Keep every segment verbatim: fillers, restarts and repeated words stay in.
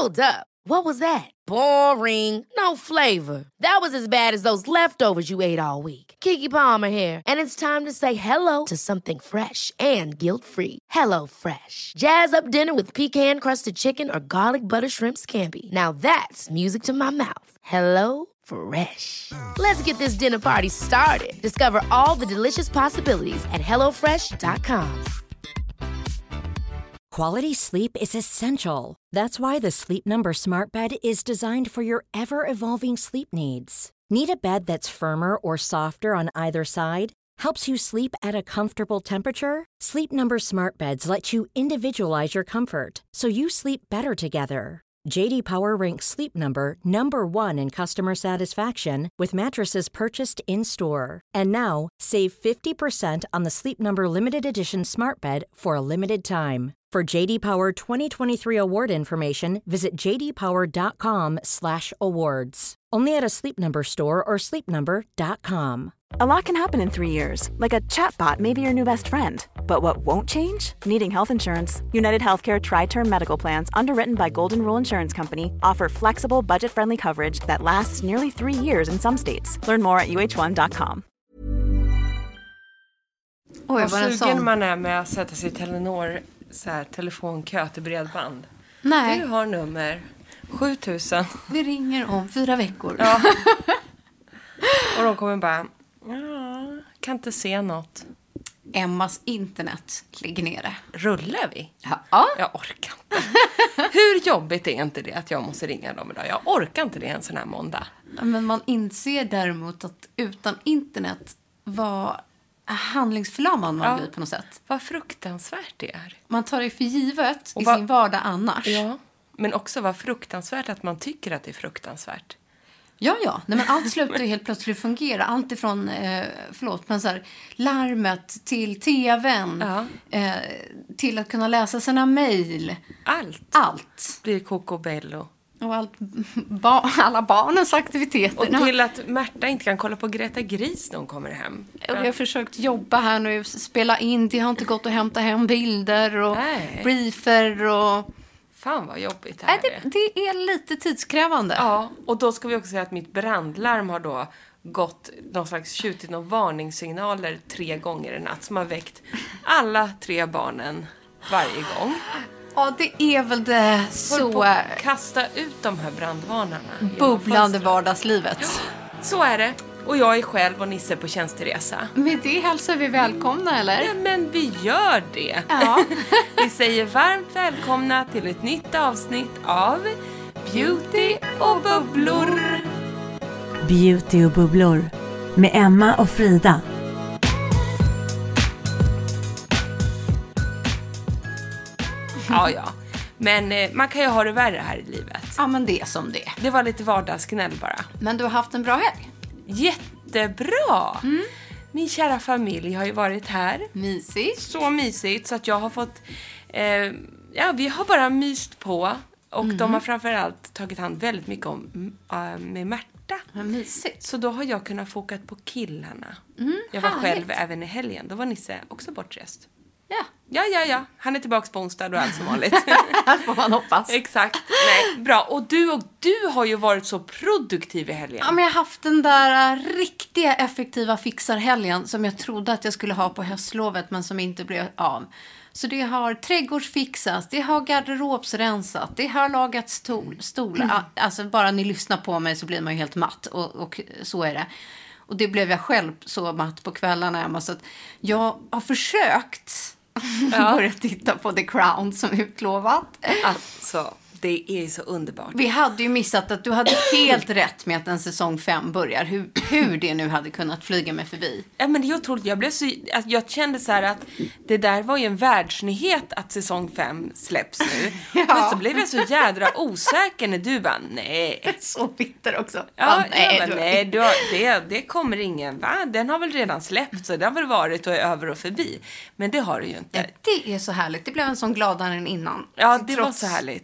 Hold up. What was that? Boring. No flavor. That was as bad as those leftovers you ate all week. Keke Palmer here, and it's time to say hello to something fresh and guilt-free. Hello Fresh. Jazz up dinner with pecan-crusted chicken or garlic butter shrimp scampi. Now that's music to my mouth. Hello Fresh. Let's get this dinner party started. Discover all the delicious possibilities at hello fresh dot com. Quality sleep is essential. That's why the Sleep Number Smart Bed is designed for your ever-evolving sleep needs. Need a bed that's firmer or softer on either side? Helps you sleep at a comfortable temperature? Sleep Number Smart Beds let you individualize your comfort, so you sleep better together. J D Power ranks Sleep Number number one in customer satisfaction with mattresses purchased in-store. And now, save fifty percent on the Sleep Number Limited Edition Smart Bed for a limited time. For J D Power twenty twenty-three award information, visit j d power dot com slash awards. Only at a Sleep Number store or sleep number dot com. A lot can happen in three years, like a chatbot may be your new best friend. But what won't change? Needing health insurance. United Healthcare Tri-Term Medical Plans, underwritten by Golden Rule Insurance Company, offer flexible, budget-friendly coverage that lasts nearly three years in some states. Learn more at u h one dot com. Oj, vad sugen man är med att sätta sig i Telenor så här, telefonkö till bredband. Nej. Du har nummer sju tusen. Vi ringer om fyra veckor. Ja. Och de kommer bara, ja, kan inte se något. Emmas internet ligger nere. Rullar vi? Ja. Jag orkar inte. Hur jobbigt är inte det att jag måste ringa dem idag? Jag orkar inte det en sån här måndag. Men man inser däremot att utan internet var handlingsförlamad man ja. blir på något sätt. Vad fruktansvärt det är. Man tar det för givet och i va- sin vardag annars. Ja, men också vad fruktansvärt att man tycker att det är fruktansvärt. Ja, ja. Nej, men allt slutar ju helt plötsligt fungera. Allt ifrån, eh, förlåt, men så här, larmet till tvn. Ja. Eh, till att kunna läsa sina mejl. Allt. Allt. Blir kokobello. Och allt, ba- alla barnens aktiviteter. Och till att Märta inte kan kolla på Greta Gris när hon kommer hem. Och jag har försökt jobba här nu, spela in. Det har inte gått att hämta hem bilder och Nej. briefer och... Fan vad jobbigt det här Nej, det, det är lite tidskrävande. Ja, och då ska vi också säga att mitt brandlarm har då gått någon slags tjutit någon varningssignaler tre gånger i natt som har väckt alla tre barnen varje gång. Ja, det är väl det så... Kasta ut de här brandvarnarna. Bubblande vardagslivet. Ja, så är det. Och jag är själv och Nisse på tjänsteresa. Med det hälsar vi välkomna, eller? Ja, men vi gör det. Ja. Vi säger varmt välkomna till ett nytt avsnitt av Beauty och bubblor. Beauty och bubblor med Emma och Frida. Ja, ja. Men eh, man kan ju ha det värre här i livet. Ja, men det är som det. Det var lite vardagsgnäll bara. Men du har haft en bra helg? Jättebra! Mm. Min kära familj har ju varit här. Mysigt. Så mysigt så att jag har fått... Eh, ja, vi har bara myst på. Och mm. de har framförallt tagit hand väldigt mycket om äh, med Märta. Vad mysigt. Så då har jag kunnat fokat på killarna. Mm, jag var härligt. Själv även i helgen. Då var Nisse också bortrest. Ja. Ja, ja, ja. Han är tillbaka på onsdag och allt som vanligt. Här får man hoppas. Exakt. Nej, bra. Och du, och du har ju varit så produktiv i helgen. Ja, men jag har haft den där uh, riktiga effektiva fixarhelgen som jag trodde att jag skulle ha på höstlovet men som inte blev av. Så det har trädgårdsfixats, det har garderobsrensat, det har lagat stol, stolar. Mm. Alltså bara ni lyssnar på mig så blir man ju helt matt och, och så är det. Och det blev jag själv så matt på kvällarna, Emma, så att jag har försökt ja. börja titta på The Crown som utlovat. Alltså, det är så underbart. Vi hade ju missat att du hade helt rätt med att en säsong fem börjar. Hur, hur det nu hade kunnat flyga mig förbi. Ja, men jag trodde, jag blev så, alltså, jag kände så här att det där var ju en världsnyhet att säsong fem släpps nu. Ja. Men så blev jag så jädra osäker när du bara, nej. Så bitter också. Ja, ah, nej, jag bara, nej du har, det, det kommer ingen, va? Den har väl redan släppt, så det har väl varit och är över och förbi. Men det har det ju inte. Ja, det är så härligt. Det blev en sån gladare än innan. Ja, det var så härligt. Att jag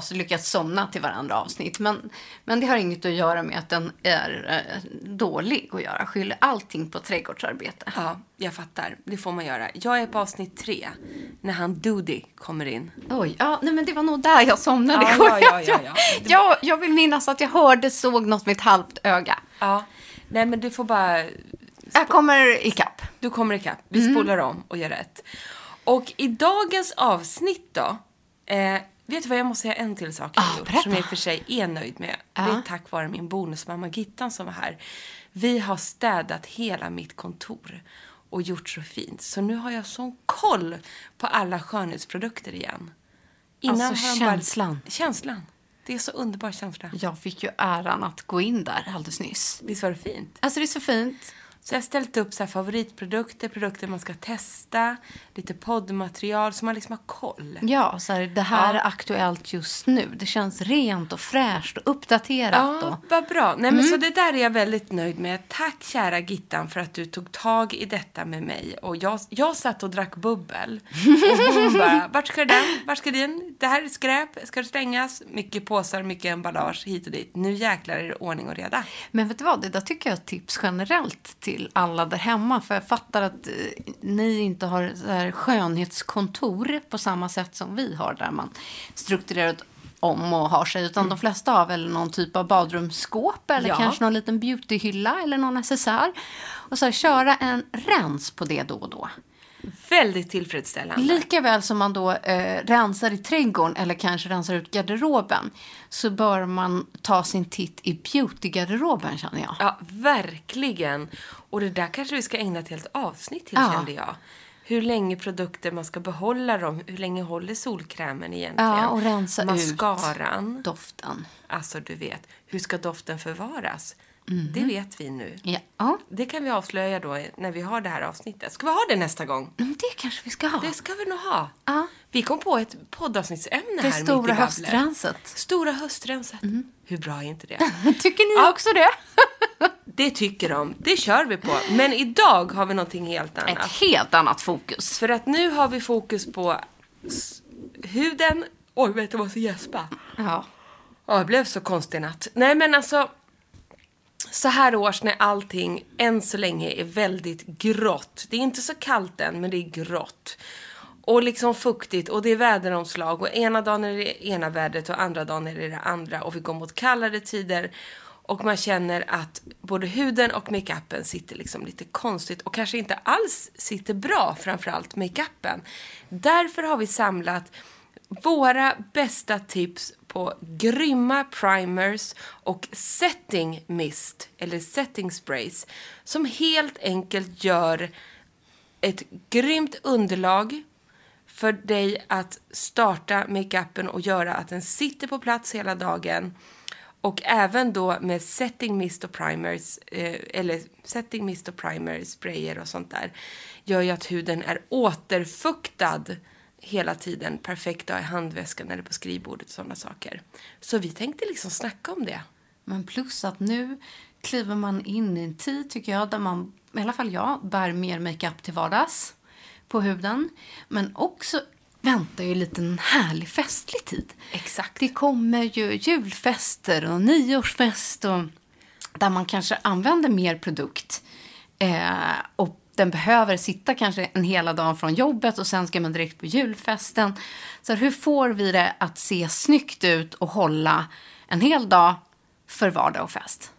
oss lyckats somna till varandra avsnitt. Men, men det har inget att göra med att den är eh, dålig att göra. Skyller allting på trädgårdsarbete. Ja, jag fattar. Det får man göra. Jag är på avsnitt tre. När han Doody kommer in. Oj, ja, nej, men det var nog där jag somnade. Ja, ja, ja, ja, ja. Det... jag, jag vill minnas att jag hörde, såg något med ett halvt öga. Ja, nej men du får bara... Jag kommer ikapp. Du kommer ikapp. Vi mm. spolar om och gör rätt. Och i dagens avsnitt då... Eh, vet du vad, jag måste säga en till sak jag ah, har gjort, som jag i och för sig är nöjd med. Ah. Det är tack vare min bonusmamma Gittan som var här. Vi har städat hela mitt kontor och gjort så fint. Så nu har jag sån koll på alla skönhetsprodukter igen. Innan alltså känslan. Bara, känslan. Det är så underbar känsla. Jag fick ju äran att gå in där alldeles nyss. Visst var det fint? Alltså det är så fint. Så jag har ställt upp så här favoritprodukter, produkter man ska testa, lite poddmaterial så man liksom har koll. Ja, så här, det här ja. är aktuellt just nu. Det känns rent och fräscht och uppdaterat. Ja, och... vad bra. Nej, men mm. så det där är jag väldigt nöjd med. Tack kära Gittan för att du tog tag i detta med mig. Och jag, jag satt och drack bubbel. Och hon bara, vart ska den? Vart ska den? Det här är skräp. Ska det slängas? Mycket påsar, mycket emballage hit och dit. Nu jäklar är det ordning och reda. Men vet du vad? Det där tycker jag är ett tips generellt till alla där hemma. För jag fattar att eh, ni inte har så här skönhetskontor på samma sätt som vi har. Där man strukturerat om och har sig. Utan mm. de flesta har väl någon typ av badrumsskåp. Eller ja. kanske någon liten beautyhylla. Eller någon accessoar. Och så här, köra en rens på det då och då. Väldigt tillfredsställande. Lika väl som man då eh, rensar i trädgården eller kanske rensar ut garderoben, så bör man ta sin titt i beautygarderoben, känner jag. Ja, verkligen. Och det där kanske vi ska ägna ett helt avsnitt till, ja. kände jag. Hur länge produkter man ska behålla dem. Hur länge håller solkrämen egentligen. Ja, och rensa Mascaran. ut doften. Alltså, du vet. Hur ska doften förvaras? Mm. Det vet vi nu. Ja. Det kan vi avslöja då när vi har det här avsnittet. Ska vi ha det nästa gång? Mm, det kanske vi ska ha. Det ska vi nog ha. Ja. Vi kom på ett poddavsnittsämne det här. Det stora höstrenset. Stora höstrenset. Mm. Hur bra är inte det? Tycker ni ja. också det? Det tycker de. Det kör vi på. Men idag har vi någonting helt annat. Ett helt annat fokus. För att nu har vi fokus på huden. Oj, vet du vad, så gäspa. Ja. Ja, det blev så konstig natt. Nej, men alltså... Så här års när allting än så länge är väldigt grått. Det är inte så kallt än, men det är grått. Och liksom fuktigt, och det är väderomslag. Och ena dagen är det ena vädret och andra dagen är det det andra. Och vi går mot kallare tider. Och man känner att både huden och makeupen sitter liksom lite konstigt. Och kanske inte alls sitter bra, framförallt makeupen. Därför har vi samlat våra bästa tips på grymma primers och setting mist eller setting sprays som helt enkelt gör ett grymt underlag för dig att starta makeupen och göra att den sitter på plats hela dagen. Och även då med setting mist och primers eh, eller setting mist och primer sprayer och sånt där gör ju att huden är återfuktad hela tiden, perfekt att ha i handväskan eller på skrivbordet och sådana saker. Så vi tänkte liksom snacka om det. Men plus att nu kliver man in i en tid, tycker jag, där man, i alla fall jag, bär mer makeup till vardags på huden. Men också väntar ju lite en härlig festlig tid. Exakt. Det kommer ju julfester och nyårsfest och där man kanske använder mer produkt. Eh, och den behöver sitta kanske en hela dag från jobbet och sen ska man direkt på julfesten. Så hur får vi det att se snyggt ut och hålla en hel dag för vardag och fest?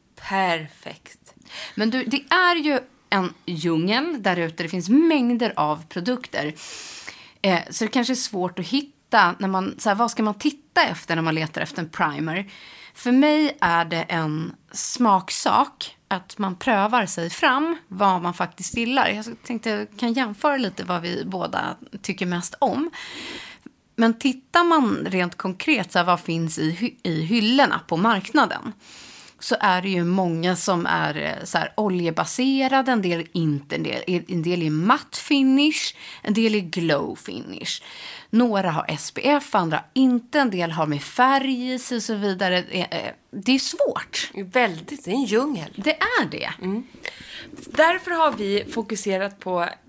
Perfekt. Men du, det är ju en djungel där ute. Det finns mängder av produkter. Eh, så det kanske är svårt att hitta. När man, så här, vad ska man titta efter när man letar efter en primer? För mig är det en smaksak att man prövar sig fram vad man faktiskt gillar. Jag tänkte jag kan jämföra lite vad vi båda tycker mest om. Men tittar man rent konkret så här, vad finns i, hy- i hyllorna på marknaden, så är det ju många som är så här oljebaserade, en del inte, en del, en del är matt finish, en del är glow finish. Några har S P F, andra inte, en del har med färg i sig och så vidare. Det är svårt. Väldigt, det är en djungel. Det är det. Mm. Därför har vi fokuserat på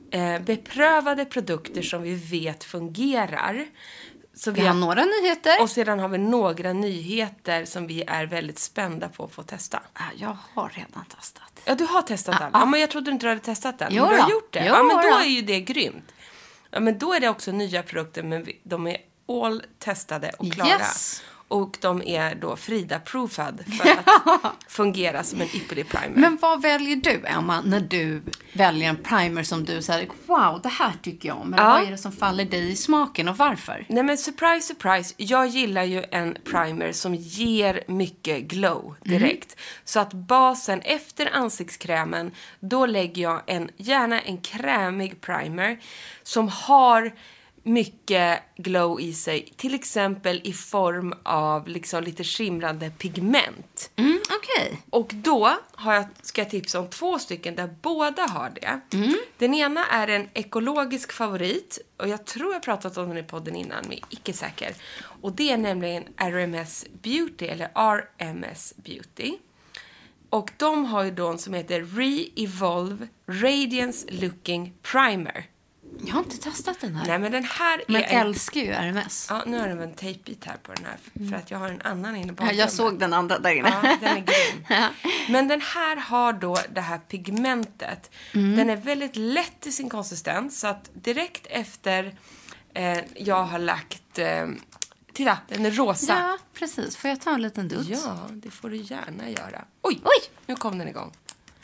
eh, beprövade produkter som vi vet fungerar. Så Vi har några nyheter. Och sedan har vi några nyheter som vi är väldigt spända på att få testa. Ah, jag har redan testat. Ja, du har testat Ah, den. ah. Ja, men jag trodde inte du hade testat den. Jo Men du har då. gjort det. Jo Ja, men då då. är ju det grymt. Ja, men då är det också nya produkter, men vi, de är all testade och klara. Yes. Och de är då Frida-proofad för att fungera som en ypperlig primer. Men vad väljer du, Emma, när du väljer en primer som du säger, wow, det här tycker jag om. Men Ja. vad är det som faller dig i smaken och varför? Nej, men surprise, surprise. Jag gillar ju en primer som ger mycket glow direkt. Mm. Så att basen efter ansiktskrämen, då lägger jag en, gärna en krämig primer som har mycket glow i sig. Till exempel i form av liksom lite skimrande pigment. Mm, okej. Okay. Och då har jag, ska jag tipsa om två stycken där båda har det. Mm. Den ena är en ekologisk favorit. Och jag tror jag pratat om den i podden innan, men icke säker. Och det är nämligen R M S Beauty, eller R M S Beauty. Och de har ju då en som heter Re-Evolve Radiance Looking Primer. Jag har inte testat den här. Nej, men den här men är... Men älskar ju R M S. Ja, nu har jag en tejpbit här på den här. För att jag har en annan inne på. Ja, jag såg den andra där inne. Ja, den är grym. Ja. Men den här har då det här pigmentet. Mm. Den är väldigt lätt i sin konsistens. Så att direkt efter eh, jag har lagt... Eh, titta, den är rosa. Ja, precis. Får jag ta en liten dutt? Ja, det får du gärna göra. Oj, Oj! Nu kom den igång.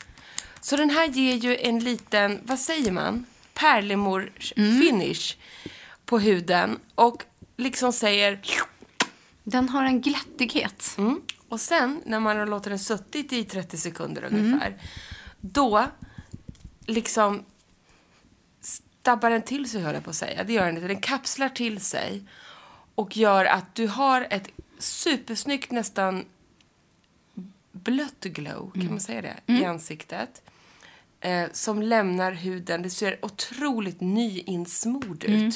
Så den här ger ju en liten, vad säger man? Pärlemor-finish mm. på huden. Och liksom säger... Den har en glättighet. Mm. Och sen, när man har låtit den suttit i trettio sekunder ungefär. Mm. Då liksom stabbar den till sig, höll jag på att säga. Det gör den inte. Den kapslar till sig. Och gör att du har ett supersnyggt, nästan blött glow, kan mm. man säga det, mm. i ansiktet. Eh, som lämnar huden, det ser otroligt nyinsmord ut. Mm.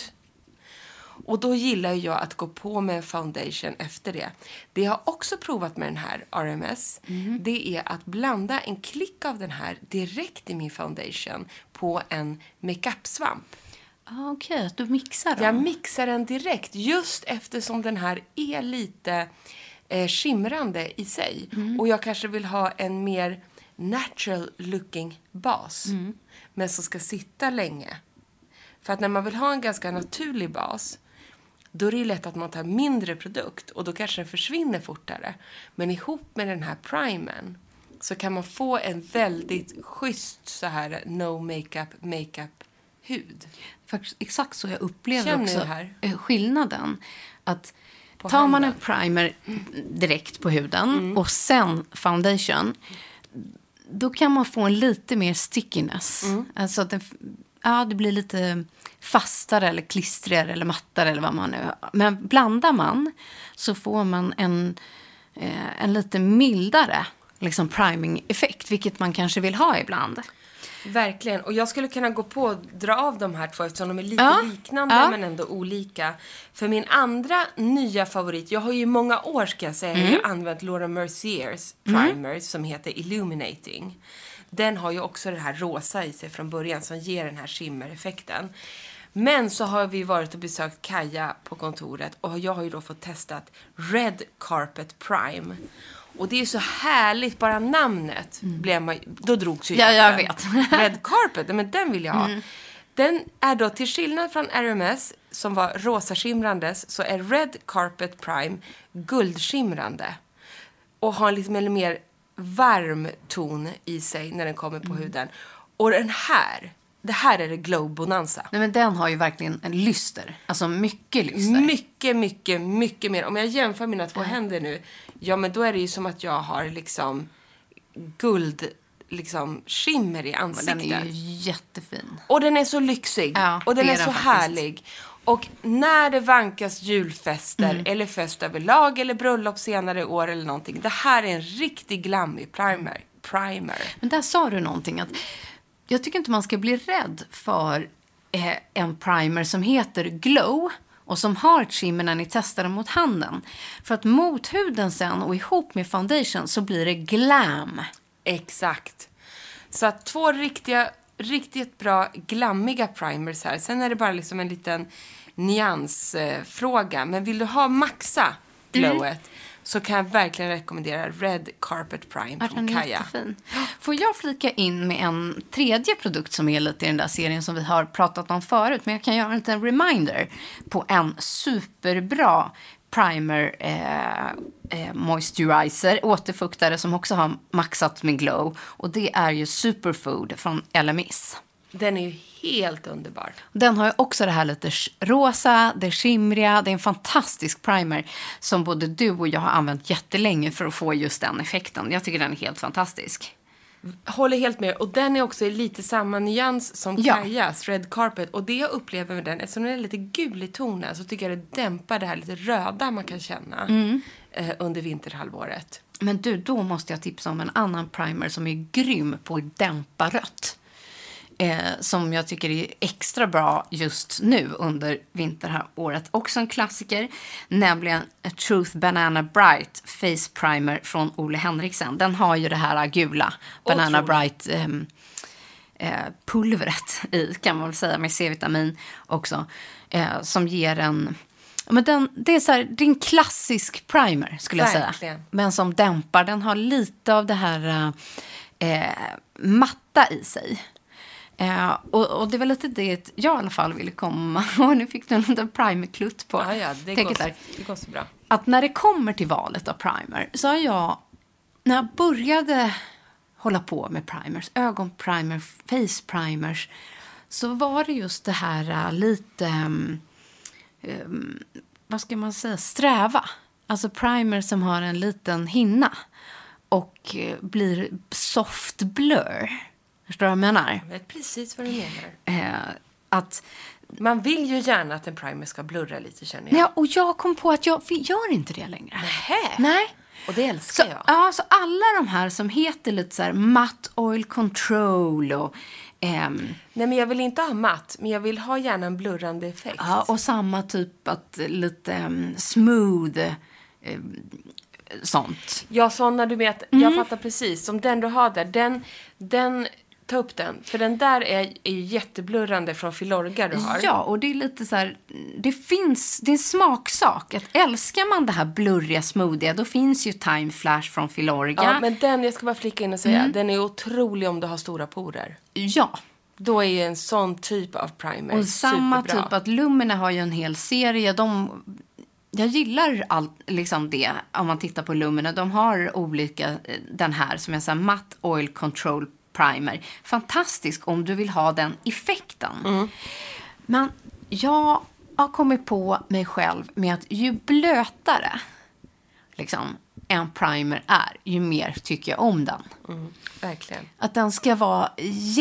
Och då gillar jag att gå på med foundation efter det. Det jag har också provat med den här R M S, mm. det är att blanda en klick av den här direkt i min foundation på en makeup-svamp. Ah, okej, okay. Att du mixar dem. Jag mixar den direkt, just eftersom den här är lite eh, skimrande i sig. Mm. Och jag kanske vill ha en mer natural looking bas. Mm. Men som ska sitta länge. För att när man vill ha en ganska naturlig bas, då är det lätt att man tar mindre produkt. Och då kanske den försvinner fortare. Men ihop med den här primern så kan man få en väldigt schysst så här no makeup, makeup hud. Faktiskt exakt så jag upplever Känner också här? skillnaden. Att på tar man handen. en primer direkt på huden mm. och sen foundation, då kan man få en lite mer stickiness. Mm. Alltså att den, ja, det blir lite fastare eller klistrigare eller mattare eller vad man nu. Men blandar man så får man en, eh, en lite mildare liksom priming-effekt, vilket man kanske vill ha ibland. Verkligen. Och jag skulle kunna gå på och dra av de här två eftersom de är lite ja. liknande ja. men ändå olika. För min andra nya favorit, jag har ju i många år ska jag säga, mm. jag har använt Laura Merciers primer mm. som heter Illuminating. Den har ju också det här rosa i sig från början som ger den här shimmer-effekten. Men så har vi varit och besökt Kaja på kontoret och jag har ju då fått testat Red Carpet Prime. Och det är så härligt, bara namnet mm. blev man, då drogs ju ja, jag den. vet. Red Carpet, men den vill jag ha. Mm. Den är då, till skillnad från R M S som var rosa skimrandes, så är Red Carpet Prime guldskimrande. Och har en lite mer varm ton i sig när den kommer på mm. huden. Och den här, det här är det glow bonanza. Nej, men den har ju verkligen en lyster. Alltså mycket lyster. Mycket, mycket, mycket mer. Om jag jämför mina två mm. händer nu, ja men då är det ju som att jag har liksom guld, liksom skimmer i ansiktet. Den är ju jättefin. Och den är så lyxig. Ja, och den är, är så den härlig. Och när det vankas julfester mm. eller fest överlag eller bröllop senare i år eller någonting. Det här är en riktig glammig primer. primer. Men där sa du någonting att jag tycker inte man ska bli rädd för eh, en primer som heter Glow och som har ett shimmer när ni testar den mot handen. För att mot huden sen och ihop med foundation så blir det glam. Exakt. Så att två riktiga riktigt bra glammiga primers här. Sen är det bara liksom en liten nyansfråga. Men vill du ha maxa glowet mm. så kan jag verkligen rekommendera Red Carpet Prime från Kaja. Jättefin. Får jag flika in med en tredje produkt som är lite i den där serien som vi har pratat om förut. Men jag kan göra en liten reminder på en superbra primer eh, eh, moisturizer, återfuktare som också har maxat med glow. Och det är ju Superfood från L M S. Den är ju helt underbar. Den har ju också det här lite rosa, det skimriga. Det är en fantastisk primer som både du och jag har använt jättelänge för att få just den effekten. Jag tycker den är helt fantastisk. Håller helt med. Och den är också i lite samma nyans som ja. Kajas Red Carpet. Och det jag upplever med den, eftersom den är lite gul i tonen, så tycker jag det dämpar det här lite röda man kan känna mm. eh, under vinterhalvåret. Men du, då måste jag tipsa om en annan primer som är grym på att dämpa rött. Eh, som jag tycker är extra bra just nu under vinterhalvåret. Också en klassiker, nämligen Truth Banana Bright Face Primer från Ole Henriksen. Den har ju det här gula Banana Bright eh, eh, pulvret i, kan man väl säga, med C-vitamin också. Eh, som ger en... Men den, det, är så här, det är en klassisk primer skulle jag Verkligen. säga. Men som dämpar. Den har lite av det här eh, matta i sig. Uh, och, och det var lite det jag i alla fall ville komma. Och nu fick du en liten primerklutt på. Ja, ja, det, går så, det går så bra. Att när det kommer till valet av primer så har jag, när jag började hålla på med primers, ögonprimer, face primers, så var det just det här uh, lite, um, um, vad ska man säga, sträva. Alltså primer som har en liten hinna och uh, blir soft blur. Förstår du vad jag menar? Jag vet precis vad du menar. Eh, att, man vill ju gärna att en primer ska blurra lite, känner jag. Ja, och jag kom på att jag gör inte det längre. Nähä. Nej. Och det älskar så, jag. Ja, så alla de här som heter lite så här matte oil control och... Ehm, Nej, men jag vill inte ha matt, men jag vill ha gärna en blurrande effekt. Ja, och samma typ att lite um, smooth... Um, sånt. Ja, sådana du vet, Mm. jag fattar precis. Som den du har där, den... den ta upp den. För den där är, är ju jätteblurrande från Filorga du har. Ja, och det är lite så här... Det finns... Det är en smaksak. Att älskar man det här blurriga smoothie, då finns ju Time Flash från Filorga. Ja, men den, jag ska bara flika in och säga, Mm. den är otrolig om du har stora porer. Ja. Då är ju en sån typ av primer Och samma superbra. typ att Lumina har ju en hel serie. De... Jag gillar allt, liksom det, om man tittar på Lumina. De har olika, den här som jag säger, matte oil control primer. Fantastisk om du vill ha den effekten. Mm. Men jag har kommit på mig själv med att ju blötare liksom, en primer är, ju mer tycker jag om den. Mm, verkligen. Att den ska vara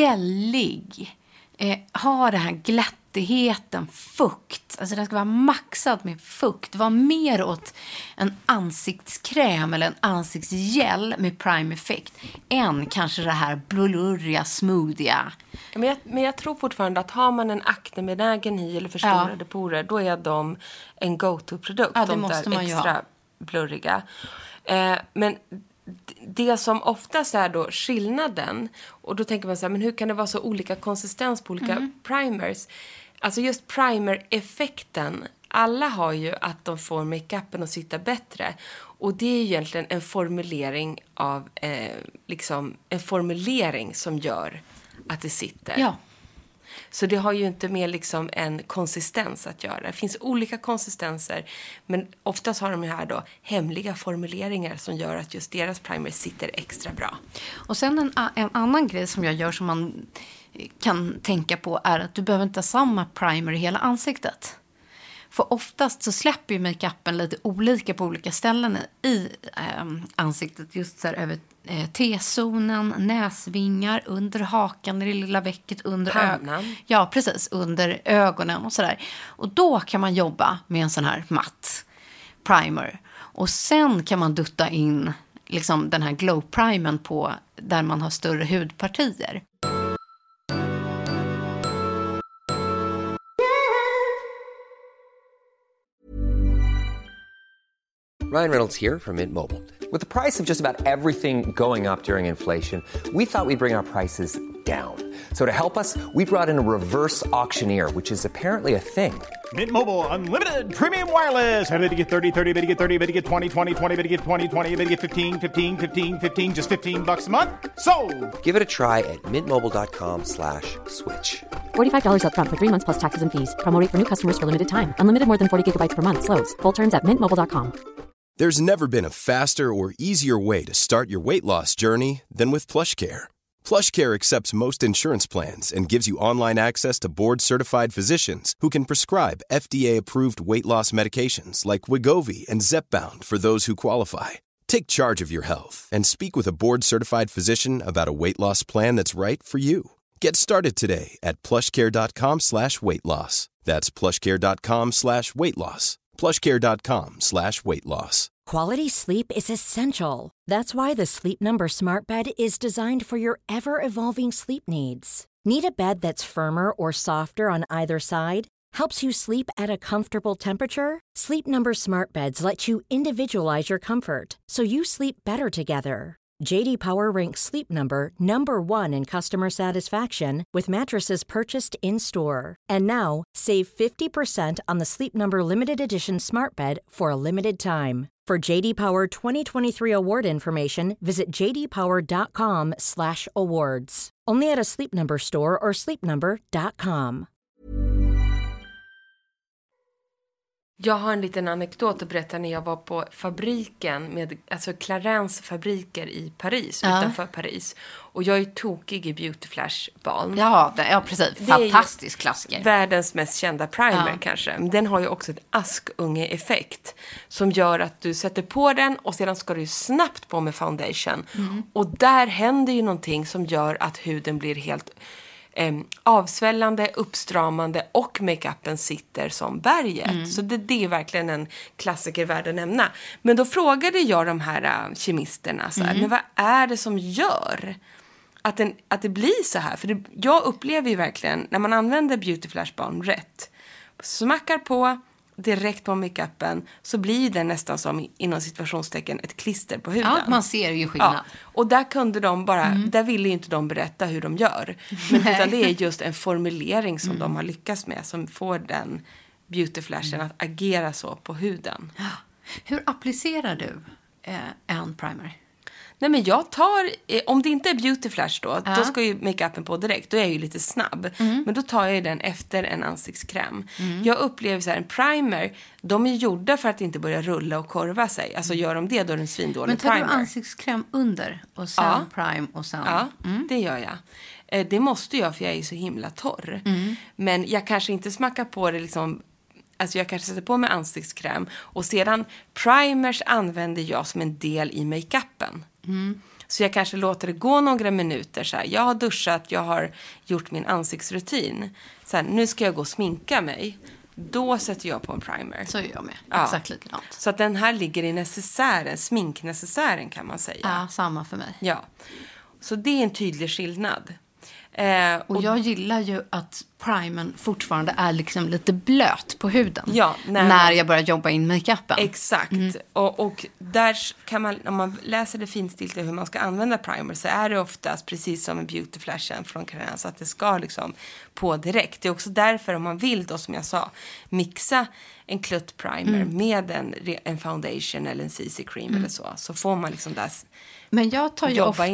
gällig. Eh, ha det här glättigheten, fukt. Alltså den ska vara maxad med fukt. Var mer åt en ansiktskräm eller en ansiktsgel med prime effekt än kanske det här blurriga, smoothiga. Men jag, men jag tror fortfarande att har man en aknebenägen hy eller förstorade Ja. porer, då är de en go-to-produkt. Ja, det de måste där man ju extra ha. blurriga. Eh, men det som oftast är då skillnaden, och då tänker man så här, men hur kan det vara så olika konsistens på olika mm. primers? Alltså just primer-effekten, alla har ju att de får makeupen att sitta bättre. Och det är egentligen en formulering av, eh, liksom, en formulering som gör att det sitter. Ja. Så det har ju inte med liksom en konsistens att göra. Det finns olika konsistenser, men oftast har de här då hemliga formuleringar som gör att just deras primer sitter extra bra. Och sen en, en annan grej som jag gör som man kan tänka på är att du behöver inte ha samma primer i hela ansiktet. För oftast så släpper ju makeupen lite olika på olika ställen i eh, ansiktet. Just så här över eh, T-zonen, näsvingar, under hakan, det lilla vecket, under ögonen. Ja, precis, under ögonen och sådär. Och då kan man jobba med en sån här matt primer. Och sen kan man dutta in liksom den här glow-primern på där man har större hudpartier. Ryan Reynolds here from Mint Mobile. With the price of just about everything going up during inflation, we thought we'd bring our prices down. So to help us, we brought in a reverse auctioneer, which is apparently a thing. Mint Mobile Unlimited Premium Wireless. How to get thirty, thirty, how to get thirty, how to get twenty, twenty, twenty, how to get twenty, twenty, how to get fifteen, fifteen, fifteen, fifteen, just fifteen bucks a month? Sold! Give it a try at mintmobile.com slash switch. forty-five dollars up front for three months plus taxes and fees. Promo rate for new customers for limited time. Unlimited more than forty gigabytes per month. Slows full terms at mint mobile dot com. There's never been a faster or easier way to start your weight loss journey than with PlushCare. PlushCare accepts most insurance plans and gives you online access to board-certified physicians who can prescribe F D A-approved weight loss medications like Wegovy and Zepbound for those who qualify. Take charge of your health and speak with a board-certified physician about a weight loss plan that's right for you. Get started today at plushcare.com slash weight loss. That's plushcare.com slash weight loss. plushcare.com slash weight loss. Quality sleep is essential. That's why the Sleep Number Smart Bed is designed for your ever-evolving sleep needs. Need a bed that's firmer or softer on either side? Helps you sleep at a comfortable temperature? Sleep Number Smart Beds let you individualize your comfort, so you sleep better together. J D Power ranks Sleep Number number one in customer satisfaction with mattresses purchased in-store. And now, save fifty percent on the Sleep Number Limited Edition Smart Bed for a limited time. For J D Power twenty twenty-three award information, visit jdpower.com slash awards. Only at a Sleep Number store or sleep number dot com. Jag har en liten anekdot att berätta när jag var på fabriken med, alltså Clarins fabriker i Paris, ja. Utanför Paris. Och jag är tokig i Beauty Flash Balm. Ja, det, ja precis. Fantastisk klassiker. Världens mest kända primer, ja. Kanske. Men den har ju också ett askunge-effekt som gör att du sätter på den och sedan ska du snabbt på med foundation. Mm. Och där händer ju någonting som gör att huden blir helt Eh, avsvällande, uppstramande och makeupen sitter som berget. Mm. Så det, det är verkligen en klassiker värd att nämna. Men då frågade jag de här uh, kemisterna så här, mm. men vad är det som gör att, den, att det blir så här? För det, jag upplever ju verkligen, när man använder Beauty Flash Balm rätt, smackar på direkt på makeupen, så blir det nästan som inom situationstecken ett klister på huden. Ja, man ser ju skillnad. Ja. Och där kunde de bara, mm. där ville ju inte de berätta hur de gör. Men utan det är just en formulering som mm. de har lyckats med som får den beautyflashen att agera så på huden. Hur applicerar du eh, en primer? Nej, men jag tar, eh, om det inte är Beauty Flash då, ja. Då ska ju makeupen på direkt. Då är jag ju lite snabb. Mm. Men då tar jag den efter en ansiktskräm. Mm. Jag upplever så här, en primer, de är gjorda för att inte börja rulla och korva sig. Alltså gör de det, då är det en svindålig primer. Men tar du ansiktskräm under och sen ja. Prime och sen? Ja, mm. det gör jag. Eh, det måste jag, för jag är så himla torr. Mm. Men jag kanske inte smackar på det liksom. Alltså jag kanske sätter på mig ansiktskräm. Och sedan primers använder jag som en del i makeupen. Mm. Så jag kanske låter det gå några minuter. Så här, jag har duschat, jag har gjort min ansiktsrutin. Så här, nu ska jag gå och sminka mig. Då sätter jag på en primer. Så gör jag med, ja. Exakt likadant. Så att den här ligger i necessären, sminknecessären kan man säga. Ja, samma för mig. Ja, så det är en tydlig skillnad. Eh, och, och jag gillar ju att primern fortfarande är liksom lite blöt på huden. Ja, när, när man, jag börjar jobba in makeupen. Exakt. Mm. Och, och där kan man, om man läser det finstilta hur man ska använda primer, så är det oftast precis som en beauty flashen från Clarins, att det ska liksom på direkt. Det är också därför, om man vill då, som jag sa, mixa en klutt primer mm. med en, en foundation eller en C C cream mm. eller så, så får man liksom där. Men jag tar ju ofta,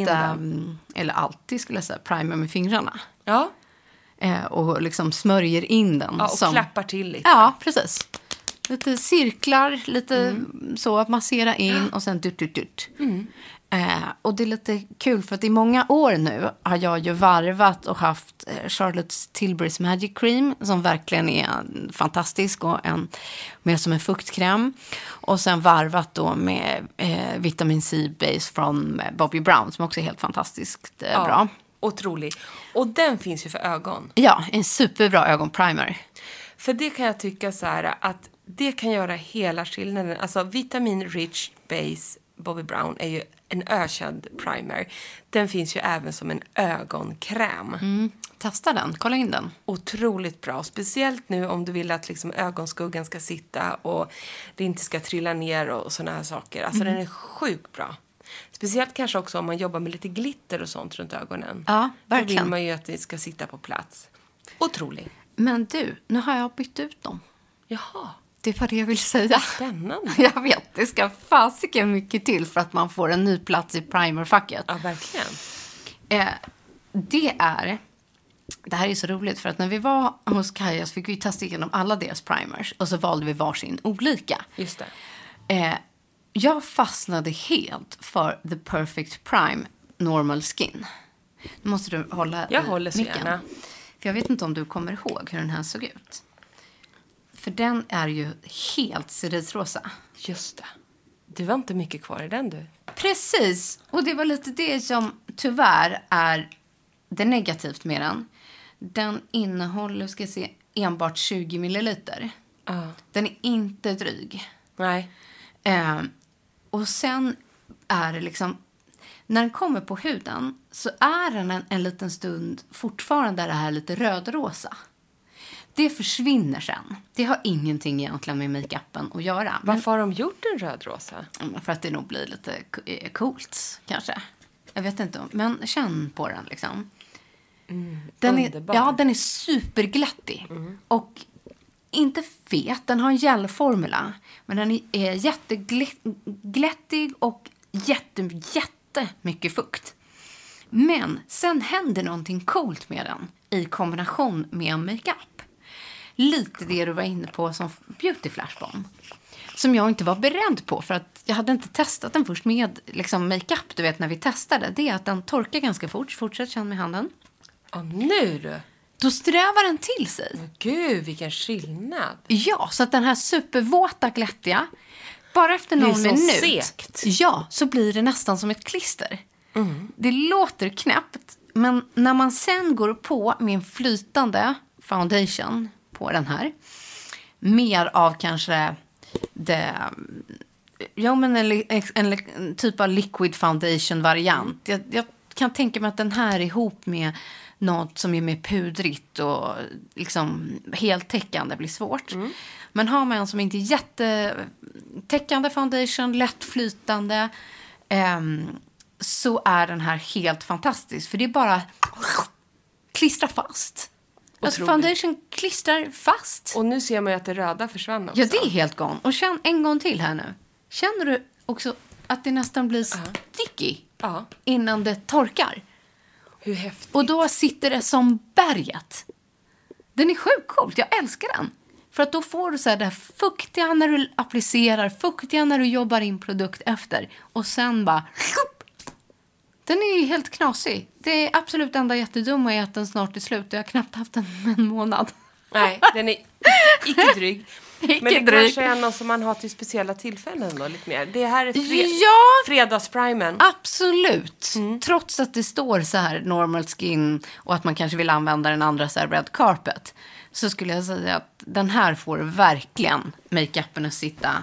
eller alltid skulle jag säga, primer med fingrarna. Ja. Eh, och liksom smörjer in den. Ja, och som, klappar till lite. Ja, precis. Lite cirklar, lite mm. så, att massera in och sen dut, dut, dut. Mm. Eh, och det är lite kul för att i många år nu har jag ju varvat och haft eh, Charlotte Tilbury's Magic Cream som verkligen är fantastisk och en, mer som en fuktkräm. Och sen varvat då med eh, vitamin C-base från Bobbi Brown som också är helt fantastiskt eh, ja, bra. Otrolig. Och den finns ju för ögon. Ja, en superbra ögonprimer. För det kan jag tycka så här att det kan göra hela skillnaden. Alltså vitamin rich base Bobbi Brown är ju en ökänd primer. Den finns ju även som en ögonkräm. Mm. Testa den, kolla in den. Otroligt bra, speciellt nu om du vill att liksom ögonskuggan ska sitta och det inte ska trilla ner och såna här saker. Alltså mm. den är sjukt bra. Speciellt kanske också om man jobbar med lite glitter och sånt runt ögonen. Ja, verkligen. Då vill man ju att det ska sitta på plats. Otroligt. Men du, nu har jag bytt ut dem. Jaha. Det var det jag vill säga. Spännande. Jag vet, det ska fasiken mycket till för att man får en ny plats i primerfacket. Ja, verkligen. Eh, det är... Det här är så roligt för att när vi var hos Kaja så fick vi testa igenom alla deras primers. Och så valde vi varsin olika. Just det. Eh, jag fastnade helt för The Perfect Prime Normal Skin. Nu måste du hålla Jag i håller så micken. gärna. För jag vet inte om du kommer ihåg hur den här såg ut. För den är ju helt cerisrosa. Just det. Det var inte mycket kvar i den, du. Precis. Och det var lite det som tyvärr är det negativt med den. Den innehåller, ska jag se, enbart tjugo milliliter. Uh. Den är inte dryg. Nej. Eh, och sen är det liksom... När den kommer på huden så är den en, en liten stund fortfarande det här lite rödrosa. Det försvinner sen. Det har ingenting egentligen med make-upen att göra. Varför har de gjort en rödrosa? För att det nog blir lite coolt, kanske. Jag vet inte. Men känn på den, liksom. Mm, den underbar. är, ja, den är superglättig. Mm. Och inte fet. Den har en gelformula. Men den är jätteglättig och jätte, jättemycket fukt. Men sen händer någonting coolt med den i kombination med makeup. Lite det du var inne på som beauty flashbomb. Som jag inte var beredd på för att jag hade inte testat den först med liksom makeup, du vet, när vi testade. Det är att den torkar ganska fort. Fortsätt känna med handen. Ja, nu du. Då strävar den till sig. Men gud, vilken skillnad. Ja, så att den här supervåta glättiga, bara efter någon det är så minut. sekt. Ja, så blir det nästan som ett klister. Mm. Det låter knäppt, men när man sen går på med en flytande foundation på den här, mer av kanske det, ja, men en, en, en typ av liquid foundation variant. Jag, jag kan tänka mig att den här ihop med något som är mer pudrigt och liksom heltäckande blir svårt. Mm. Men har man en som inte är jättetäckande foundation, lättflytande, um, så är den här helt fantastisk. För det är bara klistra fast. Alltså foundation klistrar fast. Och nu ser man ju att det röda försvann också. Ja, det är helt gone. Och känn en gång till här nu. Känner du också att det nästan blir sticky uh-huh. innan det torkar? Hur häftigt. Och då sitter det som berget. Den är sjukt coolt. Jag älskar den. För att då får du så här det här fuktiga när du applicerar, fuktiga när du jobbar in produkt efter. Och sen bara... Den är ju helt knasig. Det är absolut enda jättedumma är att den snart är slut. Jag har knappt haft den en månad. Nej, den är icke dryg. Icke Men det dryg. kanske är något som man har till speciella tillfällen då, lite mer. Det här är fred- ja, fredagsprimen. Absolut. Mm. Trots att det står så här normal skin och att man kanske vill använda den andra så här red carpet, så skulle jag säga att den här får verkligen make-upen att sitta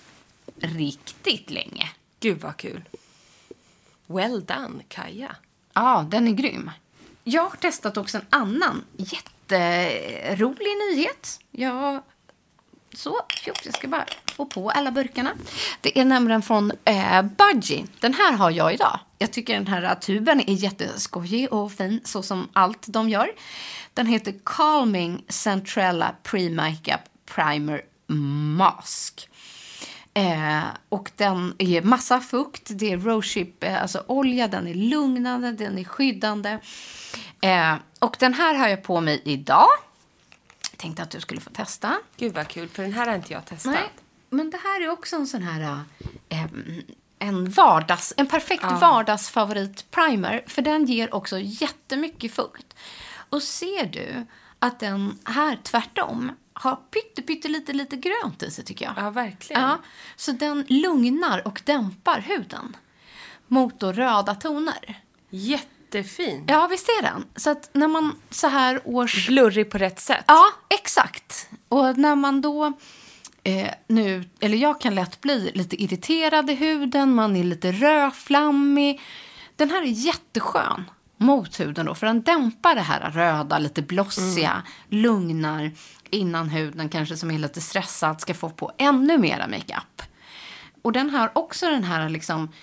riktigt länge. Gud vad kul. Well done, Kaja. Ja, den är grym. Jag har testat också en annan jätterolig nyhet. Jag... Så, jag ska bara få på alla burkarna. Det är nämligen från eh, Budgie. Den här har jag idag. Jag tycker den här tuben är jätteskojig och fin, så som allt de gör. Den heter Calming Centrella Pre-Makeup Primer Mask. Eh, och den är massa fukt. Det är rosehip, eh, alltså olja. Den är lugnande, den är skyddande. Eh, och den här har jag på mig idag. Tänkte att du skulle få testa. Gud vad kul, för den här har inte jag testat. Nej, men det här är också en sån här eh, en vardags, en perfekt ja. vardagsfavorit primer, för den ger också jättemycket fukt. Och ser du att den här tvärtom har pytte, pytte lite, lite grönt i sig, tycker jag. Ja, verkligen. Ja, så den lugnar och dämpar huden mot då röda toner. Jättefin. Ja, visst är den. Så att när man så här års... Blurrig på rätt sätt. Ja, exakt. Och när man då eh, nu... Eller jag kan lätt bli lite irriterad i huden. Man är lite rödflammig. Den här är jätteskön mot huden då. För den dämpar det här röda, lite blossiga. Mm. Lugnar innan huden kanske som är lite stressad ska få på ännu mera makeup. Och den har också den här liksom...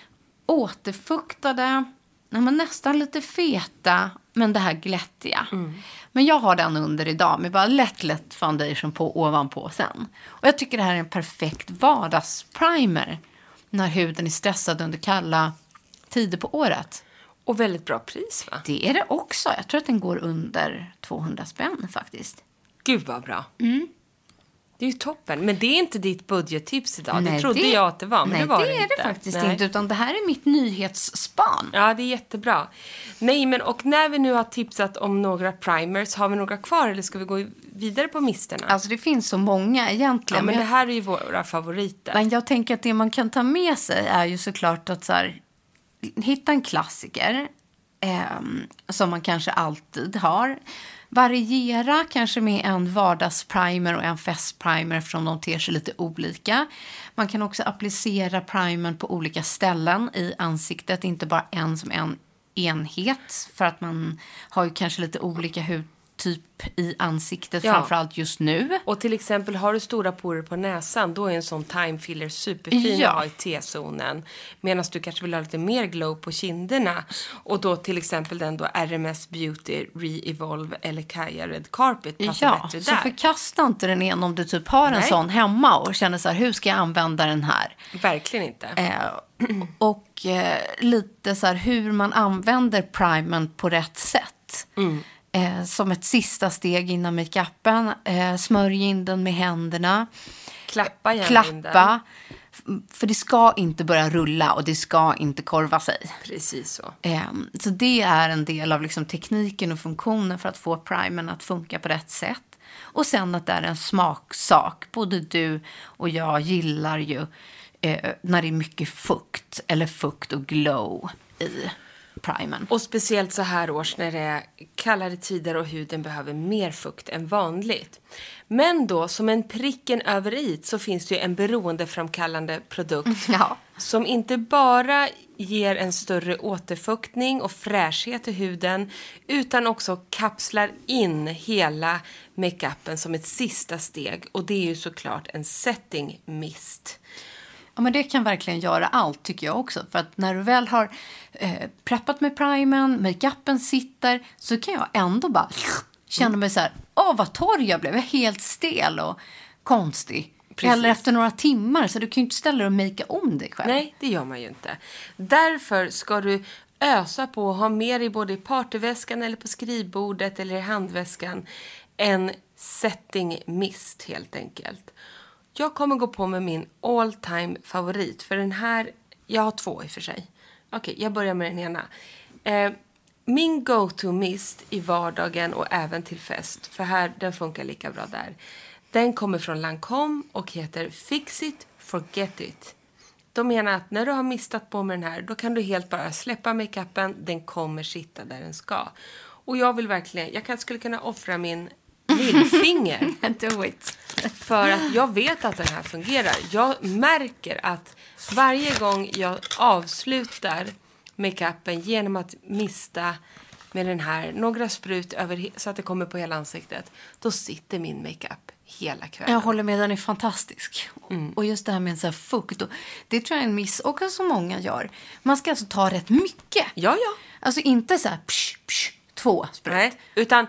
återfuktade, nej, men nästan lite feta, men det här glättiga. Mm. Men jag har den under idag med bara lätt, lätt foundation på ovanpå sen. Och jag tycker det här är en perfekt vardagsprimer när huden är stressad under kalla tider på året. Och väldigt bra pris, va? Det är det också. Jag tror att den går under tvåhundra spänn faktiskt. Gud vad bra. Mm. Det är ju toppen. Men det är inte ditt budgettips idag. Nej, det trodde det, jag att det var, men nej, det var det det är inte. det faktiskt nej. inte. Utan det här är mitt nyhetsspan. Ja, det är jättebra. Nej, men och när vi nu har tipsat om några primers, har vi några kvar eller ska vi gå vidare på misterna? Alltså det finns så många egentligen. Ja, men det här är ju våra favoriter. Men jag tänker att det man kan ta med sig är ju såklart att så här, hitta en klassiker eh, som man kanske alltid har. Variera kanske med en vardagsprimer och en festprimer eftersom de ter sig lite olika. Man kan också applicera primern på olika ställen i ansiktet, inte bara en som en enhet. För att man har ju kanske lite olika hudtyp i ansiktet, ja. Framförallt just nu. Och till exempel har du stora porer på näsan, då är en sån time filler superfin ja. att ha i T-zonen. Medan du kanske vill ha lite mer glow på kinderna. Och då till exempel den då R M S Beauty Re-Evolve eller Kaja Red Carpet passar ja, bättre där. Så förkasta inte den ena om du typ har Nej. en sån hemma och känner så här, hur ska jag använda den här? Verkligen inte. Eh, och eh, lite så här hur man använder primern på rätt sätt. Mm. Eh, som ett sista steg innan makeupen. Eh, smörj in den med händerna. Klappa gärna Klappa. För det ska inte börja rulla och det ska inte korva sig. Precis så. Eh, så det är en del av liksom tekniken och funktionen för att få primern att funka på rätt sätt. Och sen att det är en smaksak. Både du och jag gillar ju eh, när det är mycket fukt eller fukt och glow i primern. Och speciellt så här års när det är kallare tider och huden behöver mer fukt än vanligt. Men då, som en pricken över i så finns det ju en beroendeframkallande produkt ja. som inte bara ger en större återfuktning och fräschhet i huden utan också kapslar in hela makeupen som ett sista steg. Och det är ju såklart en setting mist. Ja, men det kan verkligen göra allt tycker jag också. För att när du väl har eh, preppat med primern, makeupen sitter, så kan jag ändå bara känna mig så här, åh vad torr jag blev, jag är helt stel och konstig. Precis. Eller efter några timmar, så du kan ju inte ställa dig och makea om dig själv. Nej, det gör man ju inte. Därför ska du ösa på och ha med dig både i partyväskan eller på skrivbordet eller i handväskan en setting mist helt enkelt. Jag kommer gå på med min all time favorit. För den här, jag har två i och för sig. Okej, jag börjar med den ena. Eh, min go-to mist i vardagen och även till fest. För här, den funkar lika bra där. Den kommer från Lancome och heter Fix It, Forget It. De menar att när du har mistat på med den här, då kan du helt bara släppa makeupen. Den kommer sitta där den ska. Och jag vill verkligen, jag kan, skulle kunna offra min lillfinger. Do it. För att jag vet att den här fungerar. Jag märker att varje gång jag avslutar makeupen genom att mista med den här några sprut över så att det kommer på hela ansiktet, då sitter min makeup hela kvällen. Jag håller med, den är fantastisk. Mm. Och just det här med så här fukt, och det tror jag är en miss också som många gör. Man ska alltså ta rätt mycket. Ja, ja. Alltså inte så här psh, psh, två sprut. Nej, utan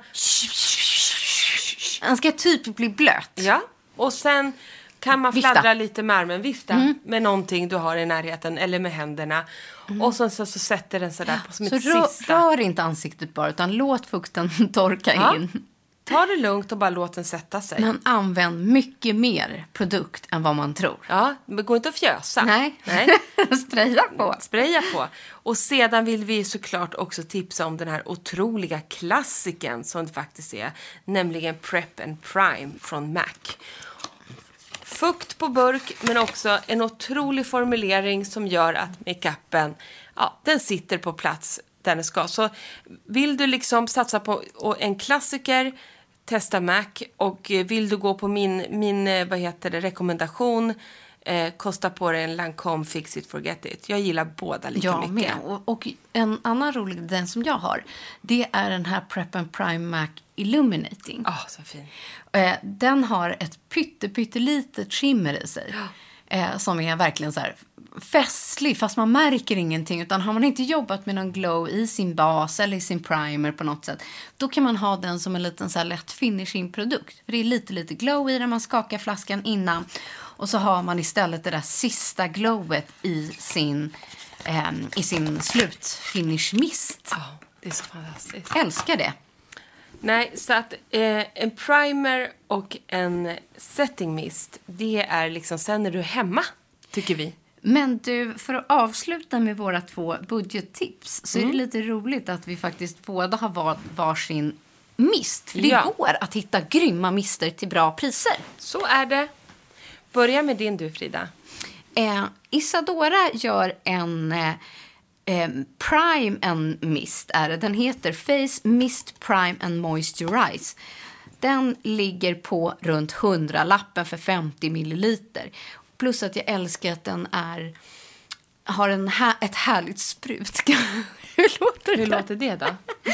den ska typ bli blöt. Ja, och sen kan man Vifta. fladdra lite med armen, vifta Mm. med någonting du har i närheten eller med händerna. Mm. Och sen så, så sätter den så där på som Så ett rör, sista. rör inte ansiktet bara, utan låt fukten torka Ja. in. Ta det lugnt och bara låt den sätta sig. Men använd mycket mer produkt än vad man tror. Ja, men gå inte att fjösa. Nej, Nej. Spraya på. Spraya på. Och sedan vill vi såklart också tipsa om den här otroliga klassiken som det faktiskt är. Nämligen Prep and Prime från M A C. Fukt på burk, men också en otrolig formulering som gör att makeupen, ja, den sitter på plats där den ska. Så vill du liksom satsa på en klassiker, testa M A C. Och vill du gå på min, min vad heter det, rekommendation, eh, kosta på dig en Lancome Fix It, Forget It. Jag gillar båda lika jag mycket. Med. Och, och en annan rolig, den som jag har, det är den här Prep and Prime M A C Illuminating. Ja, oh, så fin. Eh, den har ett pytte, pyttelitet skimmer i sig. eh, som är verkligen så här festlig, fast man märker ingenting. Utan har man inte jobbat med någon glow i sin bas eller i sin primer på något sätt, då kan man ha den som en liten så här lätt finishing produkt. För det är lite lite glow i den, man skakar flaskan innan. Och så har man istället det där sista glowet i sin, eh, i sin slutfinish mist. Ja, oh, det är så fantastiskt. Älskar det. Nej, så att eh, en primer och en setting mist, det är liksom sen när du är hemma, tycker vi. Men du, för att avsluta med våra två budgettips, så mm. är det lite roligt att vi faktiskt båda har var, varsin mist. För det ja. går att hitta grymma mister till bra priser. Så är det. Börja med din du, Frida. Eh, Isadora gör en eh, eh, Prime and Mist. Är det. Den heter Face Mist Prime and Moisturize. Den ligger på runt hundra-lappen för femtio milliliter. Plus att jag älskar att den är, har en här, ett härligt sprut. Hur låter det? Hur låter det då?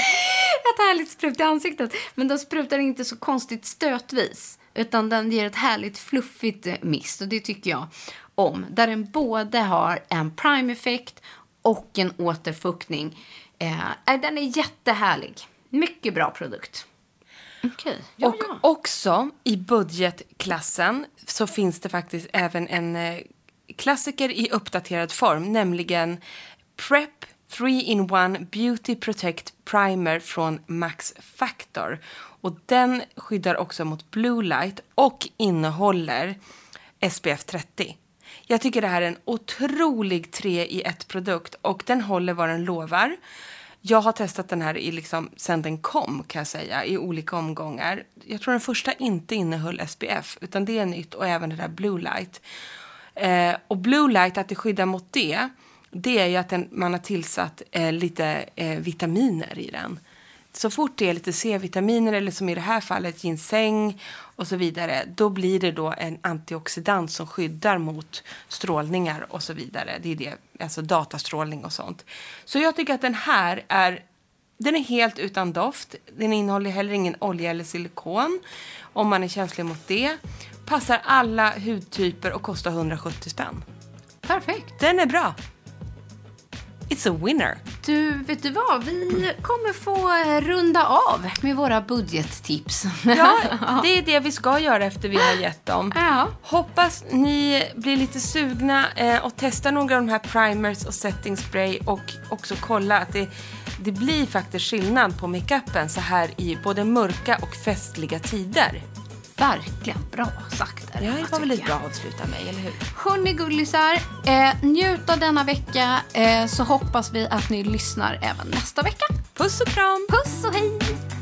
Ett härligt sprut i ansiktet. Men den sprutar inte så konstigt stötvis. Utan den ger ett härligt fluffigt mist. Och det tycker jag om. Där den både har en prime-effekt och en återfuktning. Eh, den är jättehärlig. Mycket bra produkt. Okay. Ja, och ja. också i budgetklassen så finns det faktiskt även en eh, klassiker i uppdaterad form. Nämligen Prep three in one Beauty Protect Primer från Max Factor. Och den skyddar också mot blue light och innehåller S P F trettio. Jag tycker det här är en otrolig tre i ett produkt och den håller vad den lovar. Jag har testat den här i liksom, sen den kom, kan jag säga, i olika omgångar. Jag tror den första inte innehöll S P F, utan det är nytt och även det där blue light. Eh, och blue light, att det skyddar mot det, det är ju att den, man har tillsatt eh, lite eh, vitaminer i den. Så fort det är lite C-vitaminer eller som i det här fallet ginseng och så vidare, då blir det då en antioxidant som skyddar mot strålningar och så vidare. Det är det, alltså datastrålning och sånt. Så jag tycker att den här är, den är helt utan doft. Den innehåller heller ingen olja eller silikon om man är känslig mot det. Passar alla hudtyper och kostar hundrasjuttio spänn. Perfekt. Den är bra. It's a winner. Du, vet du vad? Vi kommer få runda av med våra budgettips. Ja, det är det vi ska göra efter vi har gett dem. Ja. Hoppas ni blir lite sugna eh, och testar några av de här primers och setting spray och också kolla att det, det blir faktiskt skillnad på makeupen så här i både mörka och festliga tider. Verkligen bra sagt. Ja, det var väldigt bra att avsluta med, eller hur? Hörrni gullisar, eh, njut av denna vecka eh, så hoppas vi att ni lyssnar även nästa vecka. Puss och kram! Puss och hej!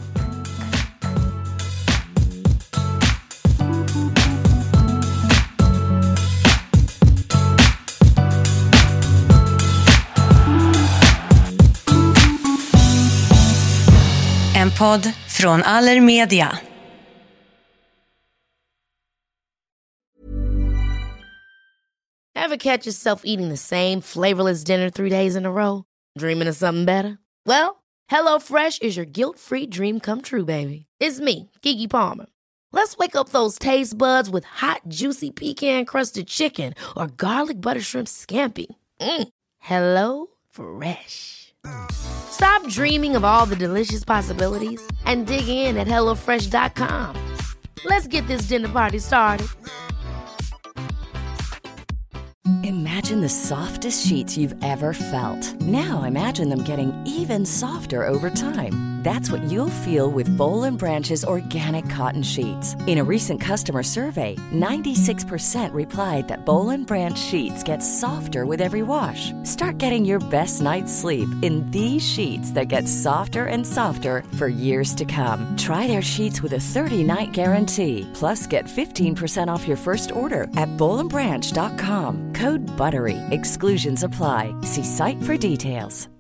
En podd från Allermedia. Ever catch yourself eating the same flavorless dinner three days in a row? Dreaming of something better? Well, HelloFresh is your guilt-free dream come true, baby. It's me, Keke Palmer. Let's wake up those taste buds with hot, juicy pecan-crusted chicken or garlic butter shrimp scampi. Mm. Hello Fresh. Stop dreaming of all the delicious possibilities and dig in at hello fresh dot com. Let's get this dinner party started. Imagine the softest sheets you've ever felt. Now imagine them getting even softer over time. That's what you'll feel with Boll and Branch's organic cotton sheets. In a recent customer survey, ninety-six percent replied that Boll and Branch sheets get softer with every wash. Start getting your best night's sleep in these sheets that get softer and softer for years to come. Try their sheets with a thirty-night guarantee. Plus, get fifteen percent off your first order at boll and branch dot com. Code BUTTERY. Exclusions apply. See site for details.